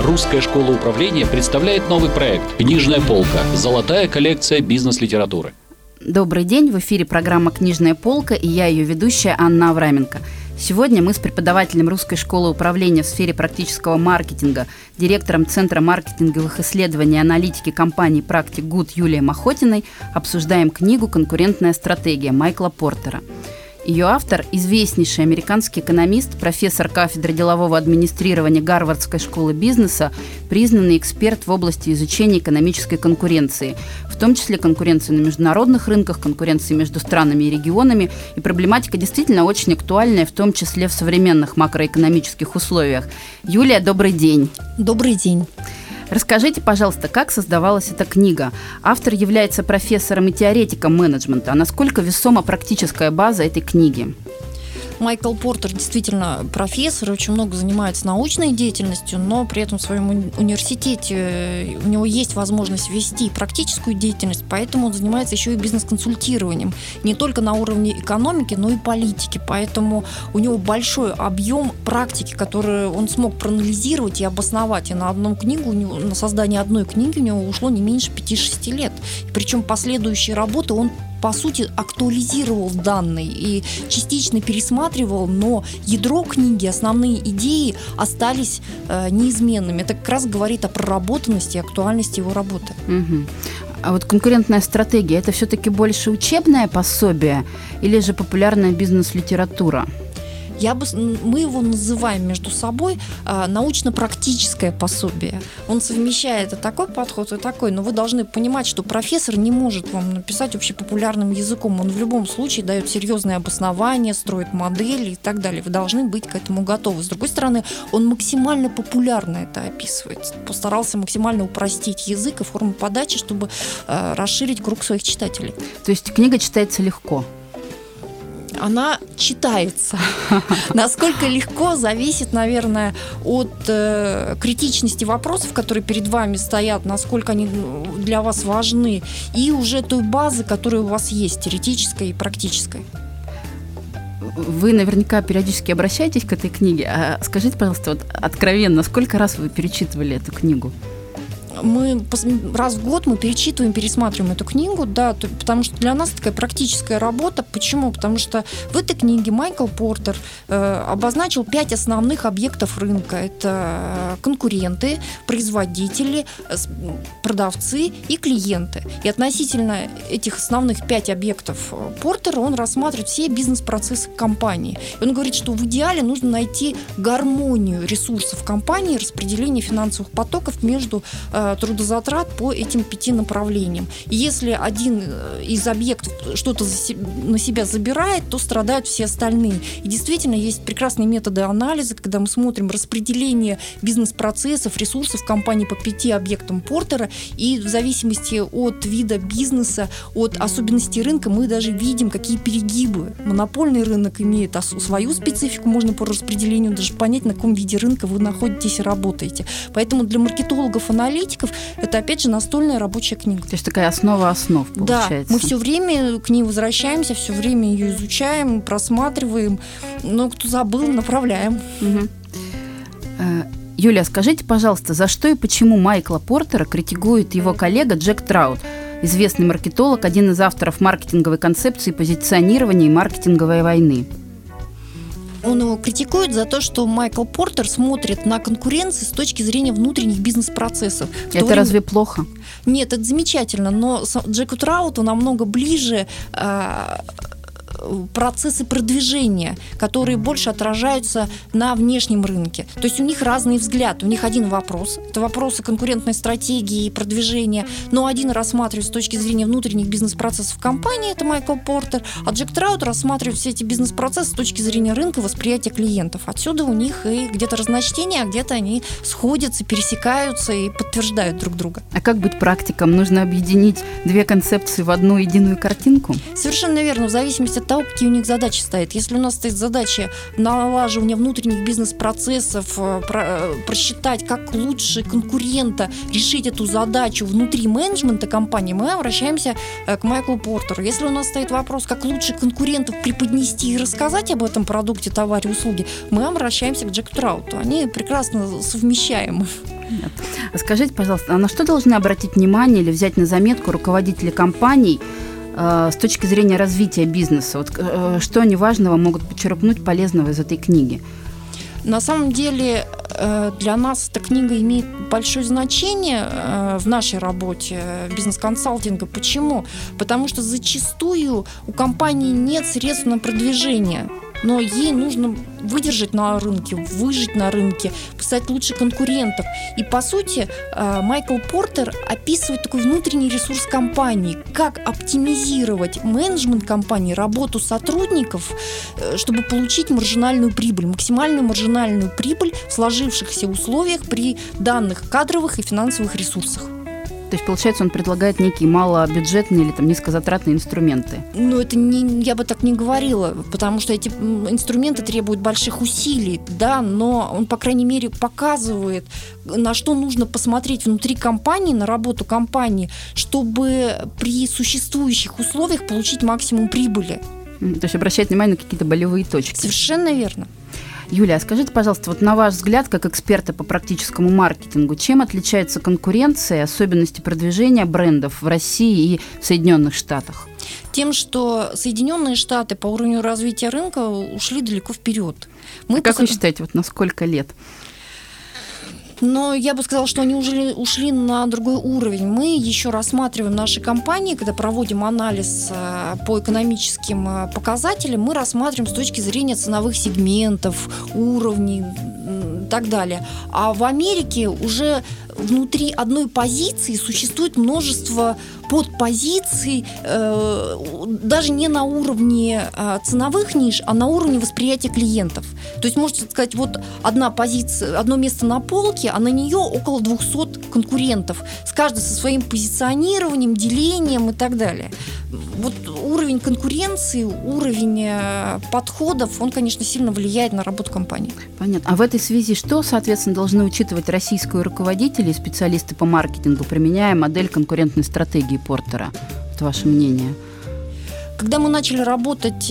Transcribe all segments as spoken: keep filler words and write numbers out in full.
Русская школа управления представляет новый проект «Книжная полка. Золотая коллекция бизнес-литературы». Добрый день, в эфире программа «Книжная полка» и я, ее ведущая, Анна Авраменко. Сегодня мы с преподавателем Русской школы управления в сфере практического маркетинга, директором Центра маркетинговых исследований и аналитики компании «Практик Гуд» Юлией Махотиной обсуждаем книгу «Конкурентная стратегия» Майкла Портера. Ее автор – известнейший американский экономист, профессор кафедры делового администрирования Гарвардской школы бизнеса, признанный эксперт в области изучения экономической конкуренции, в том числе конкуренции на международных рынках, конкуренции между странами и регионами. И проблематика действительно очень актуальная, в том числе в современных макроэкономических условиях. Юлия, добрый день. Добрый день. Расскажите, пожалуйста, как создавалась эта книга? Автор является профессором и теоретиком менеджмента. А насколько весома практическая база этой книги? Майкл Портер действительно профессор, очень много занимается научной деятельностью, но при этом в своем университете у него есть возможность вести практическую деятельность, поэтому он занимается еще и бизнес-консультированием. Не только на уровне экономики, но и политики. Поэтому у него большой объем практики, который он смог проанализировать и обосновать. И на одну книгу, у него, на создание одной книги у него ушло не меньше пяти-шести лет. Причем последующие работы он по сути, актуализировал данные и частично пересматривал, но ядро книги, основные идеи остались э, неизменными. Это как раз говорит о проработанности и актуальности его работы. Угу. А вот конкурентная стратегия – это все-таки больше учебное пособие или же популярная бизнес-литература? Я бы, мы его называем между собой а, научно-практическое пособие. Он совмещает и такой подход, и такой. Но вы должны понимать, что профессор не может вам написать общепопулярным языком. Он в любом случае дает серьезные обоснования, строит модели и так далее. Вы должны быть к этому готовы. С другой стороны, он максимально популярно это описывает. Постарался максимально упростить язык и форму подачи, чтобы а, расширить круг своих читателей. То есть книга читается легко? Она читается. Насколько легко, зависит, наверное, от э, критичности вопросов, которые перед вами стоят, насколько они для вас важны, и уже той базы, которая у вас есть, теоретической и практической. Вы наверняка периодически обращаетесь к этой книге. А скажите, пожалуйста, вот откровенно, сколько раз вы перечитывали эту книгу? Мы раз в год мы перечитываем, пересматриваем эту книгу, да, то, потому что для нас такая практическая работа. Почему? Потому что в этой книге Майкл Портер э, обозначил пять основных объектов рынка. Это конкуренты, производители, продавцы и клиенты. И относительно этих основных пять объектов Портера он рассматривает все бизнес-процессы компании. И он говорит, что в идеале нужно найти гармонию ресурсов компании, распределение финансовых потоков между э, трудозатрат по этим пяти направлениям. И если один из объектов что-то на себя забирает, то страдают все остальные. И действительно есть прекрасные методы анализа, когда мы смотрим распределение бизнес-процессов, ресурсов компании по пяти объектам Портера, и в зависимости от вида бизнеса, от особенностей рынка мы даже видим, какие перегибы. Монопольный рынок имеет свою специфику, можно по распределению даже понять, на каком виде рынка вы находитесь и работаете. Поэтому для маркетологов-аналитиков это, опять же, настольная рабочая книга. То есть такая основа основ, получается. Да, мы все время к ней возвращаемся, все время ее изучаем, просматриваем, но кто забыл, направляем. Угу. Юлия, скажите, пожалуйста, за что и почему Майкла Портера критикует его коллега Джек Траут, известный маркетолог, один из авторов маркетинговой концепции позиционирования и маркетинговой войны? Он его критикует за то, что Майкл Портер смотрит на конкуренцию с точки зрения внутренних бизнес-процессов. Это время... разве плохо? Нет, это замечательно, но Джеку Трауту намного ближе э, процессы продвижения, которые больше отражаются на внешнем рынке. То есть у них разный взгляд. У них один вопрос. Это вопросы конкурентной стратегии и продвижения. Но один рассматривает с точки зрения внутренних бизнес-процессов компании, это Майкл Портер, а Джек Траут рассматривает все эти бизнес-процессы с точки зрения рынка, восприятия клиентов. Отсюда у них и где-то разночтения, а где-то они сходятся, пересекаются и подтверждают друг друга. А как быть практиком? Нужно объединить две концепции в одну единую картинку? Совершенно верно. В зависимости от того, какие у них задачи стоят. Если у нас стоит задача налаживания внутренних бизнес-процессов, про, просчитать, как лучше конкурента решить эту задачу внутри менеджмента компании, мы обращаемся к Майклу Портеру. Если у нас стоит вопрос, как лучше конкурентов преподнести и рассказать об этом продукте, товаре, услуге, мы обращаемся к Джеку Трауту. Они прекрасно совмещаемы. Скажите, пожалуйста, а на что должны обратить внимание или взять на заметку руководители компаний э, с точки зрения развития бизнеса? Вот, э, что они важного могут почерпнуть полезного из этой книги? На самом деле для нас эта книга имеет большое значение в нашей работе бизнес-консалтинга. Почему? Потому что зачастую у компании нет средств на продвижение, но ей нужно выдержать на рынке, выжить на рынке, стать лучше конкурентов. И, по сути, Майкл Портер описывает такой внутренний ресурс компании, как оптимизировать менеджмент компании, работу сотрудников, чтобы получить маржинальную прибыль, максимальную маржинальную прибыль в сложившихся условиях при данных кадровых и финансовых ресурсах. То есть, получается, он предлагает некие малобюджетные или там низкозатратные инструменты. Ну, это не, я бы так не говорила, потому что эти инструменты требуют больших усилий, да, но он, по крайней мере, показывает, на что нужно посмотреть внутри компании, на работу компании, чтобы при существующих условиях получить максимум прибыли. То есть обращать внимание на какие-то болевые точки. Совершенно верно. Юлия, а скажите, пожалуйста, вот на ваш взгляд, как эксперта по практическому маркетингу, чем отличается конкуренция, особенности продвижения брендов в России и в Соединенных Штатах? Тем, что Соединенные Штаты по уровню развития рынка ушли далеко вперед. Мы как посад... вы считаете, вот на сколько лет? Но я бы сказала, что они уже ушли на другой уровень. Мы еще рассматриваем наши компании, когда проводим анализ по экономическим показателям, мы рассматриваем с точки зрения ценовых сегментов, уровней и так далее. А в Америке уже внутри одной позиции существует множество подпозиций, э, даже не на уровне э, ценовых ниш, а на уровне восприятия клиентов. То есть, можете сказать, вот одна позиция, одно место на полке, а на нее около двухсот конкурентов, с каждой со своим позиционированием, делением и так далее. Вот уровень конкуренции, уровень э, подходов, он, конечно, сильно влияет на работу компании. Понятно. А в этой связи что, соответственно, должны учитывать российские руководители и специалисты по маркетингу, применяя модель конкурентной стратегии Портера? Это ваше мнение? Когда мы начали работать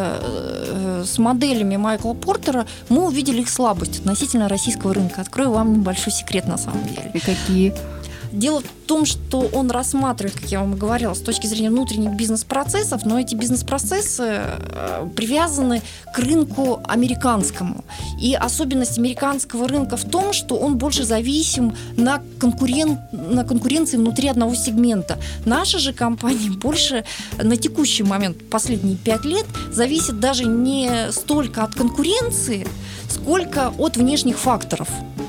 э, с моделями Майкла Портера, мы увидели их слабость относительно российского рынка. Открою вам небольшой секрет на самом деле. И какие? Дело в том, что он рассматривает, как я вам и говорила, с точки зрения внутренних бизнес-процессов, но эти бизнес-процессы привязаны к рынку американскому. И особенность американского рынка в том, что он больше зависим на, конкурен... на конкуренции внутри одного сегмента. Наша же компания больше на текущий момент, последние пять лет, зависит даже не столько от конкуренции, сколько от внешних факторов.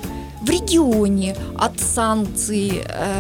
В регионе, от санкций,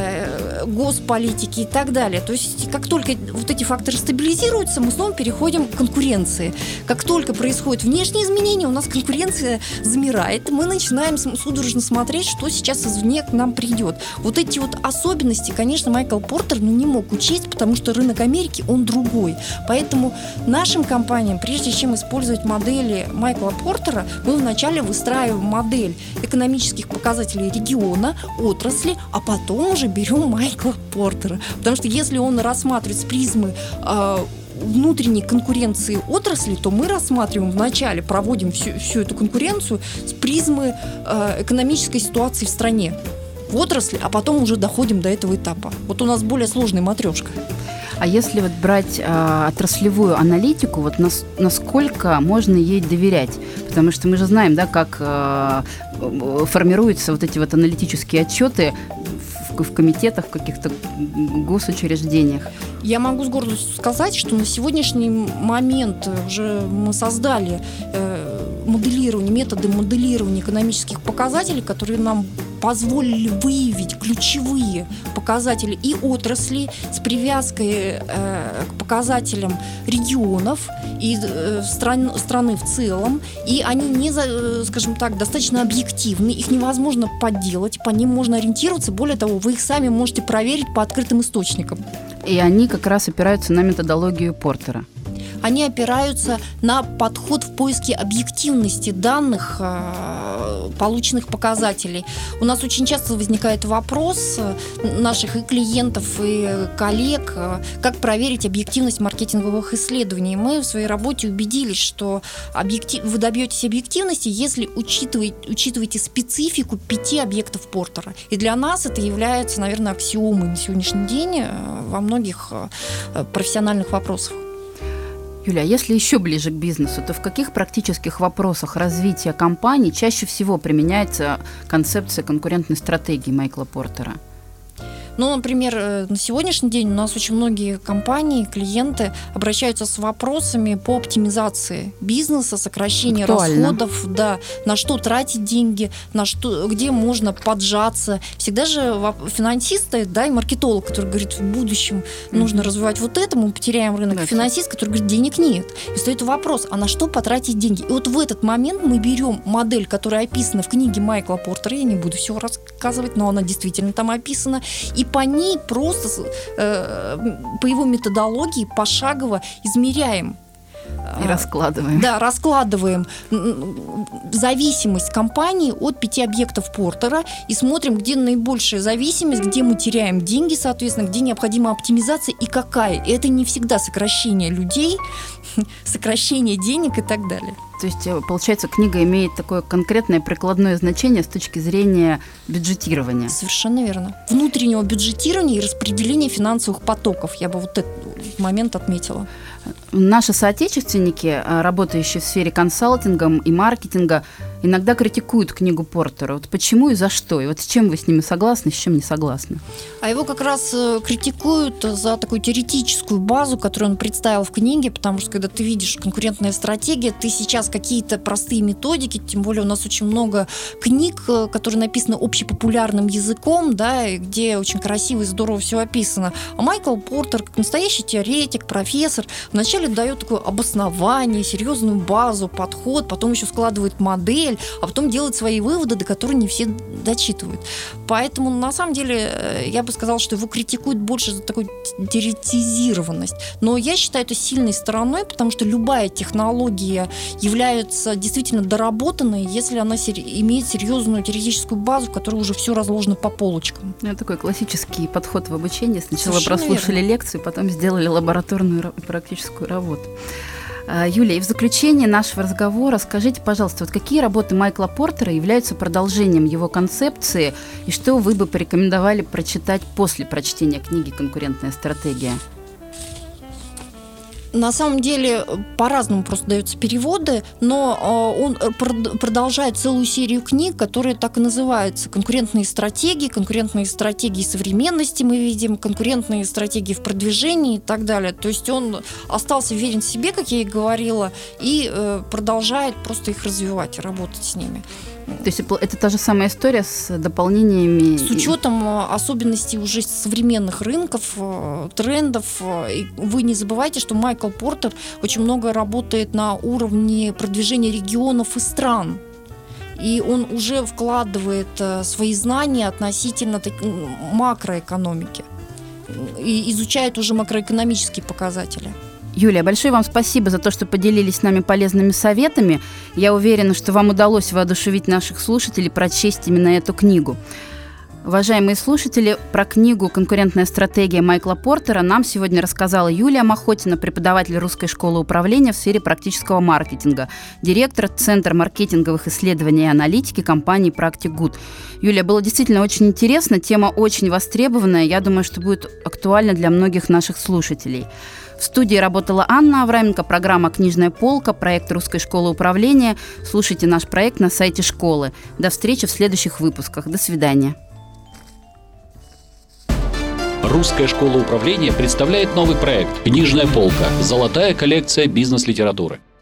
э, госполитики и так далее. То есть, как только вот эти факторы стабилизируются, мы снова переходим к конкуренции. Как только происходят внешние изменения, у нас конкуренция замирает, мы начинаем судорожно смотреть, что сейчас извне к нам придет. Вот эти вот особенности, конечно, Майкл Портер ну, не мог учесть, потому что рынок Америки, он другой. Поэтому нашим компаниям, прежде чем использовать модели Майкла Портера, мы вначале выстраиваем модель экономических показателей региона, отрасли, а потом уже берем Майкла Портера. Потому что если он рассматривает с призмы э, внутренней конкуренции отрасли, то мы рассматриваем вначале, проводим всю, всю эту конкуренцию с призмы э, экономической ситуации в стране, в отрасли, а потом уже доходим до этого этапа. Вот у нас более сложная матрешка. А если вот брать э, отраслевую аналитику, вот нас, насколько можно ей доверять? Потому что мы же знаем, да, как э, формируются вот эти вот аналитические отчеты в, в комитетах, в каких-то госучреждениях. Я могу с гордостью сказать, что на сегодняшний момент уже мы создали э, моделирование, методы моделирования экономических показателей, которые нам позволили выявить ключевые показатели и отрасли с привязкой э, к показателям регионов и э, стран, страны в целом. И они, не, скажем так, достаточно объективны, их невозможно подделать, по ним можно ориентироваться. Более того, вы их сами можете проверить по открытым источникам. И они как раз опираются на методологию Портера. они опираются на подход в поиске объективности данных, полученных показателей. У нас очень часто возникает вопрос наших и клиентов, и коллег, как проверить объективность маркетинговых исследований. Мы в своей работе убедились, что объектив... вы добьетесь объективности, если учитываете, учитываете специфику пяти объектов Портера. И для нас это является, наверное, аксиомой на сегодняшний день во многих профессиональных вопросах. Юля, а если еще ближе к бизнесу, то в каких практических вопросах развития компании чаще всего применяется концепция конкурентной стратегии Майкла Портера? Ну, например, на сегодняшний день у нас очень многие компании, клиенты обращаются с вопросами по оптимизации бизнеса, сокращению расходов, да, на что тратить деньги, на что, где можно поджаться. Всегда же финансисты, да, и маркетолог, который говорит, в будущем mm-hmm. нужно развивать вот это, мы потеряем рынок. Да. Финансист, который говорит, денег нет. И стоит вопрос, а на что потратить деньги? И вот в этот момент мы берем модель, которая описана в книге Майкла Портера, я не буду все рассказывать, но она действительно там описана, и по ней просто э, по его методологии пошагово измеряем. И раскладываем. Да, раскладываем зависимость компании от пяти объектов Портера и смотрим, где наибольшая зависимость, где мы теряем деньги, соответственно, где необходима оптимизация и какая. И это не всегда сокращение людей, сокращение денег и так далее. То есть, получается, книга имеет такое конкретное прикладное значение с точки зрения бюджетирования. Совершенно верно. Внутреннего бюджетирования и распределения финансовых потоков. Я бы вот этот момент отметила. Наши соотечественники, работающие в сфере консалтинга и маркетинга, иногда критикуют книгу Портера. Вот почему и за что? И вот с чем вы с ними согласны, с чем не согласны? А его как раз критикуют за такую теоретическую базу, которую он представил в книге, потому что когда ты видишь конкурентная стратегия, ты сейчас какие-то простые методики, тем более у нас очень много книг, которые написаны общепопулярным языком, да, где очень красиво и здорово все описано. А Майкл Портер, как настоящий теоретик, профессор, вначале дает такое обоснование, серьезную базу, подход, потом еще складывает модель, а потом делает свои выводы, до которых не все дочитывают. Поэтому, на самом деле, я бы сказала, что его критикуют больше за такую теоретизированность. Но я считаю это сильной стороной, потому что любая технология является действительно доработанной, если она сер- имеет серьезную теоретическую базу, в которой уже все разложено по полочкам. Это такой классический подход в обучении. Сначала Совершенно прослушали верно. лекцию, потом сделали лабораторную и практическую работу. Юлия, и в заключение нашего разговора скажите, пожалуйста, вот какие работы Майкла Портера являются продолжением его концепции, и что вы бы порекомендовали прочитать после прочтения книги «Конкурентная стратегия»? На самом деле по-разному просто даются переводы, но он продолжает целую серию книг, которые так и называются: конкурентные стратегии, конкурентные стратегии современности мы видим, конкурентные стратегии в продвижении и так далее. То есть он остался верен себе, как я и говорила, и продолжает просто их развивать и работать с ними. То есть это та же самая история с дополнениями? С учетом особенностей уже современных рынков, трендов. И вы не забывайте, что Майкл Портер очень много работает на уровне продвижения регионов и стран. И он уже вкладывает свои знания относительно макроэкономики и изучает уже макроэкономические показатели. Юлия, большое вам спасибо за то, что поделились с нами полезными советами. Я уверена, что вам удалось воодушевить наших слушателей прочесть именно эту книгу. Уважаемые слушатели, про книгу «Конкурентная стратегия» Майкла Портера нам сегодня рассказала Юлия Махотина, преподаватель Русской школы управления в сфере практического маркетинга, директор Центра маркетинговых исследований и аналитики компании «Практик-Гуд». Юлия, было действительно очень интересно, тема очень востребованная, я думаю, что будет актуальна для многих наших слушателей. В студии работала Анна Авраменко, программа «Книжная полка», проект Русской школы управления. Слушайте наш проект на сайте школы. До встречи в следующих выпусках. До свидания. Русская школа управления представляет новый проект «Книжная полка. Золотая коллекция бизнес-литературы».